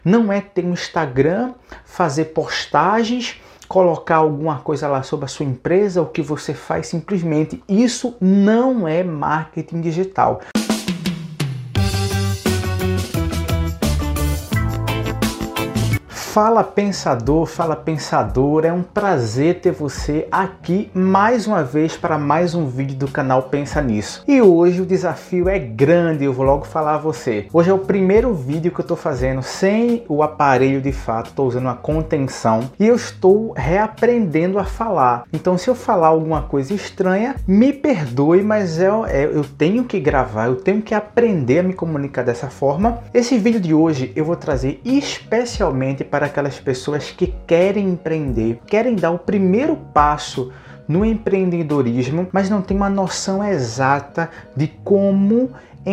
Não é ter um Instagram, fazer postagens, colocar alguma coisa lá sobre a sua empresa, o que você faz simplesmente. Isso não é marketing digital. Fala pensador, fala pensadora, é um prazer ter você aqui mais uma vez para mais um vídeo do canal Pensa Nisso. E hoje o desafio é grande, eu vou logo falar a você. Hoje é o primeiro vídeo que eu estou fazendo sem o aparelho de fato, estou usando uma contenção e eu estou reaprendendo a falar. Então se eu falar alguma coisa estranha, me perdoe, mas eu tenho que gravar, eu tenho que aprender a me comunicar dessa forma. Esse vídeo de hoje eu vou trazer especialmente para aquelas pessoas que querem empreender, querem dar o primeiro passo no empreendedorismo, mas não tem uma noção exata de como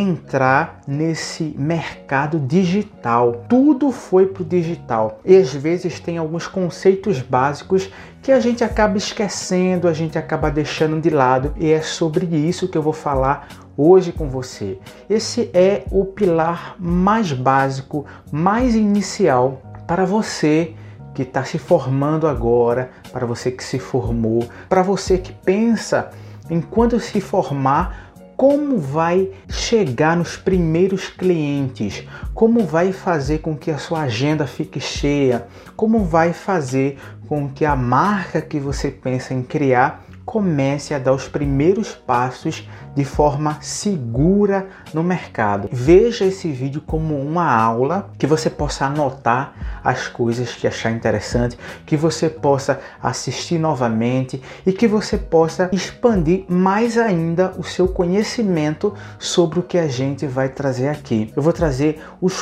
entrar nesse mercado digital. Tudo foi para o digital e às vezes tem alguns conceitos básicos que a gente acaba esquecendo, a gente acaba deixando de lado, e é sobre isso que eu vou falar hoje com você. Esse é o pilar mais básico, mais inicial para você que está se formando agora, para você que se formou, para você que pensa em quando se formar, como vai chegar nos primeiros clientes, como vai fazer com que a sua agenda fique cheia, como vai fazer com que a marca que você pensa em criar comece a dar os primeiros passos de forma segura no mercado. Veja esse vídeo como uma aula, que você possa anotar as coisas que achar interessante, que você possa assistir novamente e que você possa expandir mais ainda o seu conhecimento sobre o que a gente vai trazer aqui. Eu vou trazer os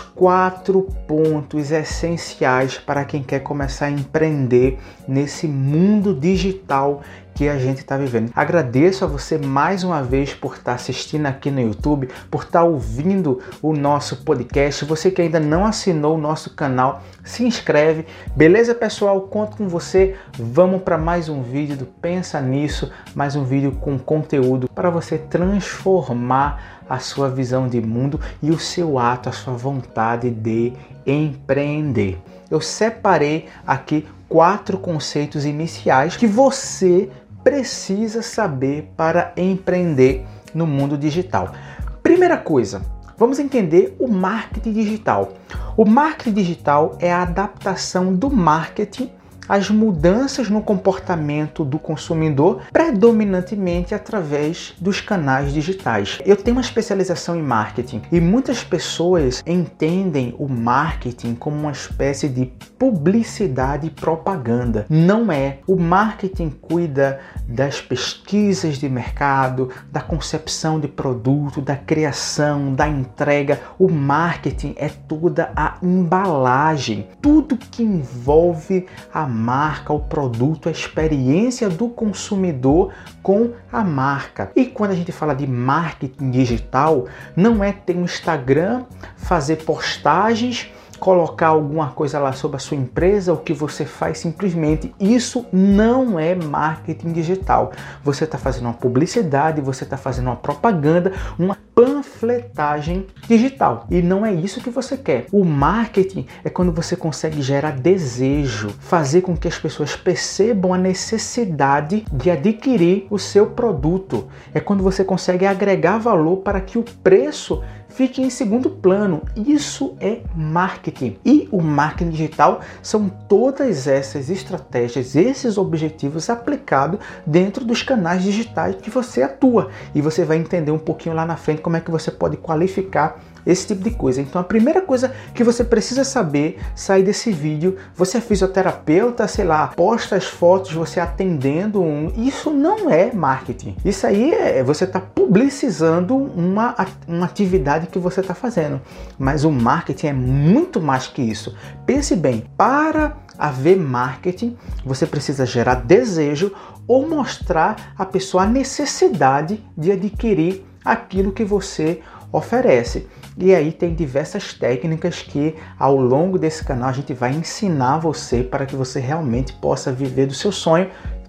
4 pontos essenciais para quem quer começar a empreender nesse mundo digital que a gente está vivendo. Agradeço a você mais uma vez por estar assistindo aqui no YouTube, por estar ouvindo o nosso podcast. Você que ainda não assinou o nosso canal, se inscreve. Beleza, pessoal? Conto com você. Vamos para mais um vídeo do Pensa Nisso, mais um vídeo com conteúdo para você transformar a sua visão de mundo e o seu ato, a sua vontade de empreender. Eu separei aqui 4 conceitos iniciais que você precisa saber para empreender no mundo digital. Primeira coisa, vamos entender o marketing digital. O marketing digital é a adaptação do marketing às mudanças no comportamento do consumidor, predominantemente através dos canais digitais. Eu tenho uma especialização em marketing e muitas pessoas entendem o marketing como uma espécie de publicidade e propaganda. Não é. O marketing cuida das pesquisas de mercado, da concepção de produto, da criação, da entrega. O marketing é toda a embalagem, tudo que envolve a marca, o produto, a experiência do consumidor com a marca. E quando a gente fala de marketing digital, não é ter um Instagram, fazer postagens, colocar alguma coisa lá sobre a sua empresa, o que você faz simplesmente. Isso não é marketing digital. Você está fazendo uma publicidade, você está fazendo uma propaganda, uma panfletagem digital. E não é isso que você quer. O marketing é quando você consegue gerar desejo, fazer com que as pessoas percebam a necessidade de adquirir o seu produto. É quando você consegue agregar valor para que o preço fique em segundo plano. Isso é marketing. E o marketing digital são todas essas estratégias, esses objetivos aplicados dentro dos canais digitais que você atua. E você vai entender um pouquinho lá na frente como é que você pode qualificar esse tipo de coisa. Então a primeira coisa que você precisa saber, sair desse vídeo, você é fisioterapeuta, sei lá, posta as fotos você atendendo isso não é marketing. Isso aí você está publicizando uma atividade que você está fazendo. Mas o marketing é muito mais que isso. Pense bem, para haver marketing, você precisa gerar desejo ou mostrar à pessoa a necessidade de adquirir aquilo que você oferece. E aí tem diversas técnicas que ao longo desse canal a gente vai ensinar você para que você realmente possa viver do seu sonho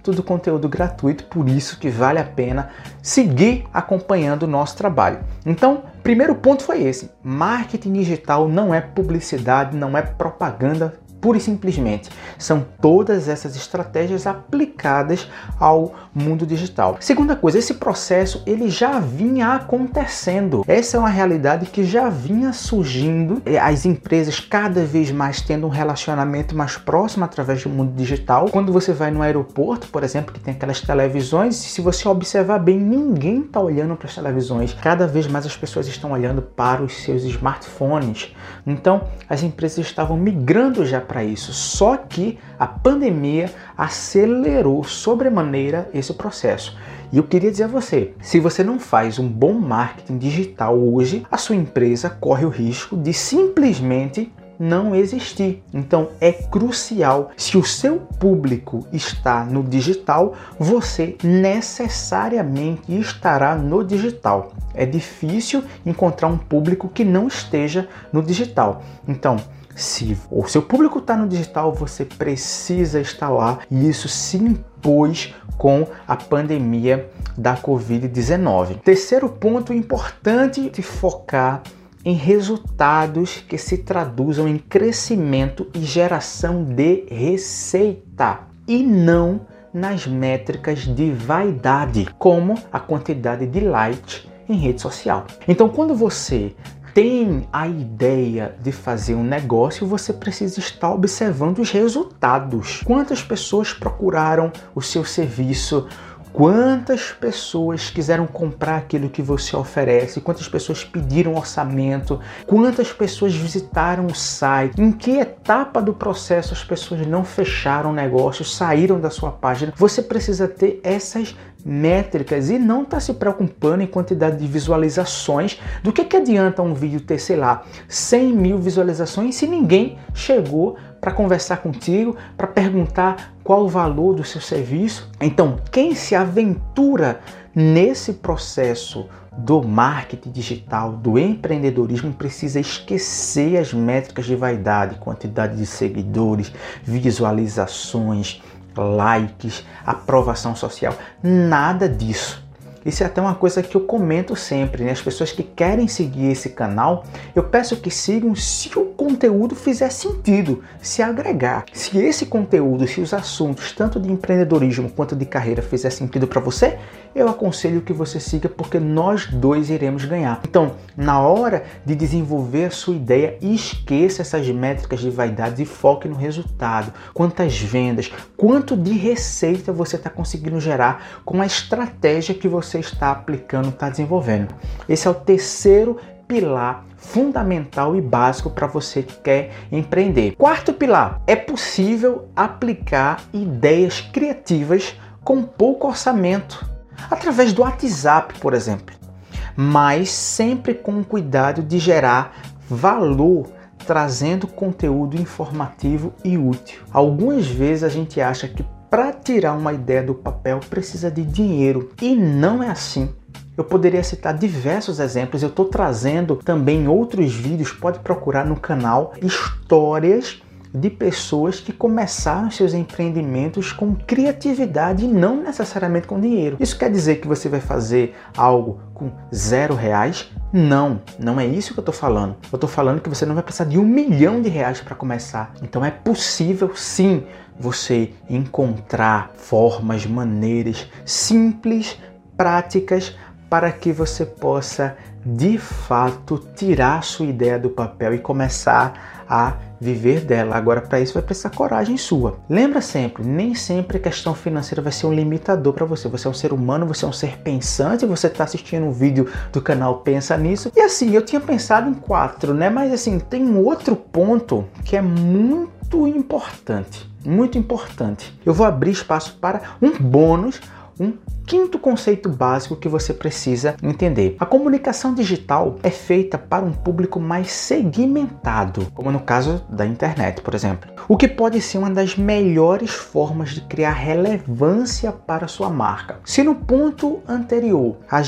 tudo conteúdo gratuito, por isso que vale a pena seguir acompanhando o nosso trabalho. Então, primeiro ponto foi esse: marketing digital não é publicidade, não é propaganda pura e simplesmente. São todas essas estratégias aplicadas ao mundo digital. Segunda coisa, esse processo ele já vinha acontecendo. Essa é uma realidade que já vinha surgindo. As empresas cada vez mais tendo um relacionamento mais próximo através do mundo digital. Quando você vai no aeroporto, por exemplo, que tem aquelas televisões, se você observar bem, ninguém está olhando para as televisões. Cada vez mais as pessoas estão olhando para os seus smartphones. Então, as empresas estavam migrando já para isso, só que a pandemia acelerou sobremaneira esse processo. E eu queria dizer a você, se você não faz um bom marketing digital hoje, a sua empresa corre o risco de simplesmente não existir. Então é crucial, se o seu público está no digital, você necessariamente estará no digital. É difícil encontrar um público que não esteja no digital. Então, se o seu público está no digital, você precisa estar lá, e isso se impôs com a pandemia da Covid-19. Terceiro ponto importante de focar em resultados que se traduzam em crescimento e geração de receita, e não nas métricas de vaidade, como a quantidade de likes em rede social. Então, quando você tem a ideia de fazer um negócio, você precisa estar observando os resultados. Quantas pessoas procuraram o seu serviço? Quantas pessoas quiseram comprar aquilo que você oferece? Quantas pessoas pediram orçamento? Quantas pessoas visitaram o site? Em que etapa do processo as pessoas não fecharam o negócio, saíram da sua página? Você precisa ter essas métricas e não está se preocupando em quantidade de visualizações. Do que adianta um vídeo ter, sei lá, 100 mil visualizações se ninguém chegou para conversar contigo, para perguntar qual o valor do seu serviço? Então, quem se aventura nesse processo do marketing digital, do empreendedorismo, precisa esquecer as métricas de vaidade, quantidade de seguidores, visualizações, likes, aprovação social, nada disso. Isso é até uma coisa que eu comento sempre, né? As pessoas que querem seguir esse canal, eu peço que sigam se o conteúdo fizer sentido, se agregar. Se esse conteúdo, se os assuntos, tanto de empreendedorismo quanto de carreira, fizer sentido para você, eu aconselho que você siga, porque nós dois iremos ganhar. Então, na hora de desenvolver a sua ideia, esqueça essas métricas de vaidade e foque no resultado. Quantas vendas, quanto de receita você está conseguindo gerar com a estratégia que você está aplicando, está desenvolvendo. Esse é o terceiro pilar fundamental e básico para você que quer empreender. Quarto pilar, é possível aplicar ideias criativas com pouco orçamento, através do WhatsApp, por exemplo, mas sempre com cuidado de gerar valor, trazendo conteúdo informativo e útil. Algumas vezes a gente acha que para tirar uma ideia do papel precisa de dinheiro, e não é assim. Eu poderia citar diversos exemplos, eu estou trazendo também outros vídeos, pode procurar no canal, histórias de pessoas que começaram seus empreendimentos com criatividade e não necessariamente com dinheiro. Isso quer dizer que você vai fazer algo com R$0? Não, não é isso que eu estou falando. Eu estou falando que você não vai precisar de R$1 milhão para começar. Então é possível sim você encontrar formas, maneiras simples, práticas, para que você possa de fato tirar a sua ideia do papel e começar a viver dela. Agora, para isso vai precisar coragem sua. Lembra sempre, nem sempre a questão financeira vai ser um limitador para você. Você é um ser humano, você é um ser pensante, você está assistindo um vídeo do canal Pensa Nisso. E assim, eu tinha pensado em 4, né? Mas assim, tem um outro ponto que é muito importante. Muito importante. Eu vou abrir espaço para um bônus, um quinto conceito básico que você precisa entender. A comunicação digital é feita para um público mais segmentado, como no caso da internet, por exemplo. O que pode ser uma das melhores formas de criar relevância para a sua marca. Se no ponto anterior a gente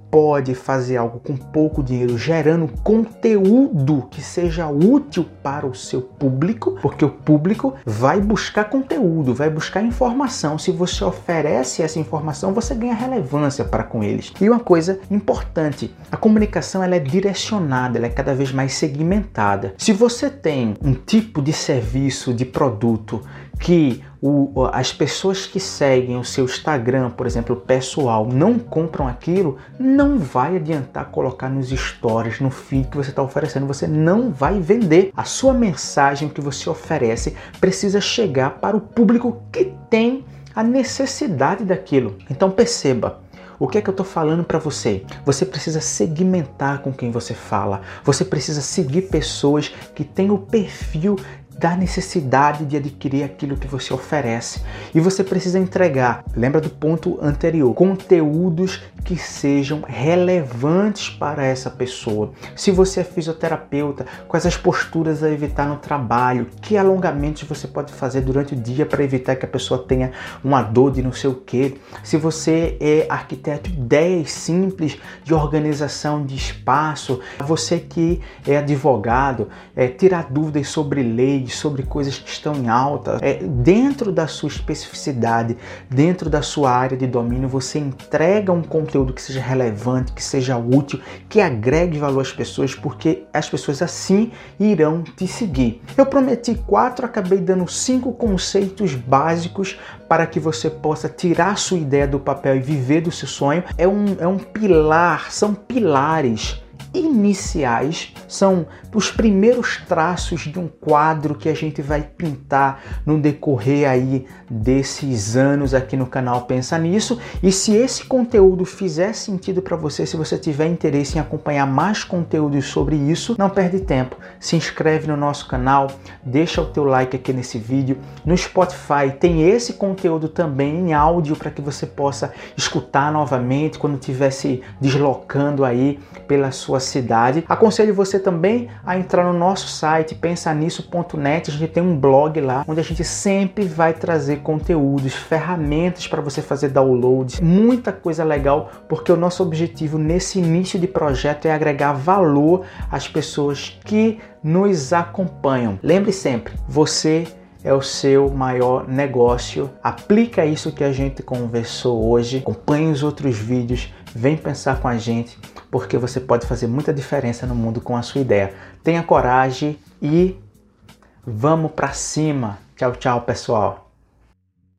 pode fazer algo com pouco dinheiro, gerando conteúdo que seja útil para o seu público, porque o público vai buscar conteúdo, vai buscar informação. Se você oferece essa informação, você ganha relevância para com eles. E uma coisa importante, a comunicação ela é direcionada, ela é cada vez mais segmentada. Se você tem um tipo de serviço, de produto que as pessoas que seguem o seu Instagram, por exemplo, pessoal, não compram aquilo, não vai adiantar colocar nos stories, no feed que você está oferecendo, você não vai vender. A sua mensagem que você oferece precisa chegar para o público que tem a necessidade daquilo. Então perceba, o que é que eu estou falando para você? Você precisa segmentar com quem você fala. Você precisa seguir pessoas que têm o perfil da necessidade de adquirir aquilo que você oferece. E você precisa entregar, lembra do ponto anterior, conteúdos que sejam relevantes para essa pessoa. Se você é fisioterapeuta, quais as posturas a evitar no trabalho, que alongamentos você pode fazer durante o dia para evitar que a pessoa tenha uma dor de não sei o quê. Se você é arquiteto, ideias simples de organização de espaço. Você que é advogado, tirar dúvidas sobre leis, sobre coisas que estão em alta, dentro da sua especificidade, dentro da sua área de domínio, você entrega um conteúdo que seja relevante, que seja útil, que agregue valor às pessoas, porque as pessoas assim irão te seguir. Eu prometi 4, acabei dando 5 conceitos básicos para que você possa tirar a sua ideia do papel e viver do seu sonho. É um pilar, são pilares iniciais, são os primeiros traços de um quadro que a gente vai pintar no decorrer aí desses anos aqui no canal Pensa Nisso. E se esse conteúdo fizer sentido para você, se você tiver interesse em acompanhar mais conteúdos sobre isso, não perde tempo, se inscreve no nosso canal, deixa o teu like aqui nesse vídeo. No Spotify tem esse conteúdo também em áudio para que você possa escutar novamente quando estiver se deslocando aí pela sua cidade. Aconselho você também a entrar no nosso site pensanisso.net. A gente tem um blog lá onde a gente sempre vai trazer conteúdos, ferramentas para você fazer downloads, muita coisa legal, porque o nosso objetivo nesse início de projeto é agregar valor às pessoas que nos acompanham. Lembre sempre, você é o seu maior negócio. Aplica isso que a gente conversou hoje, acompanhe os outros vídeos, vem pensar com a gente, porque você pode fazer muita diferença no mundo com a sua ideia. Tenha coragem e vamos para cima. Tchau, tchau, pessoal.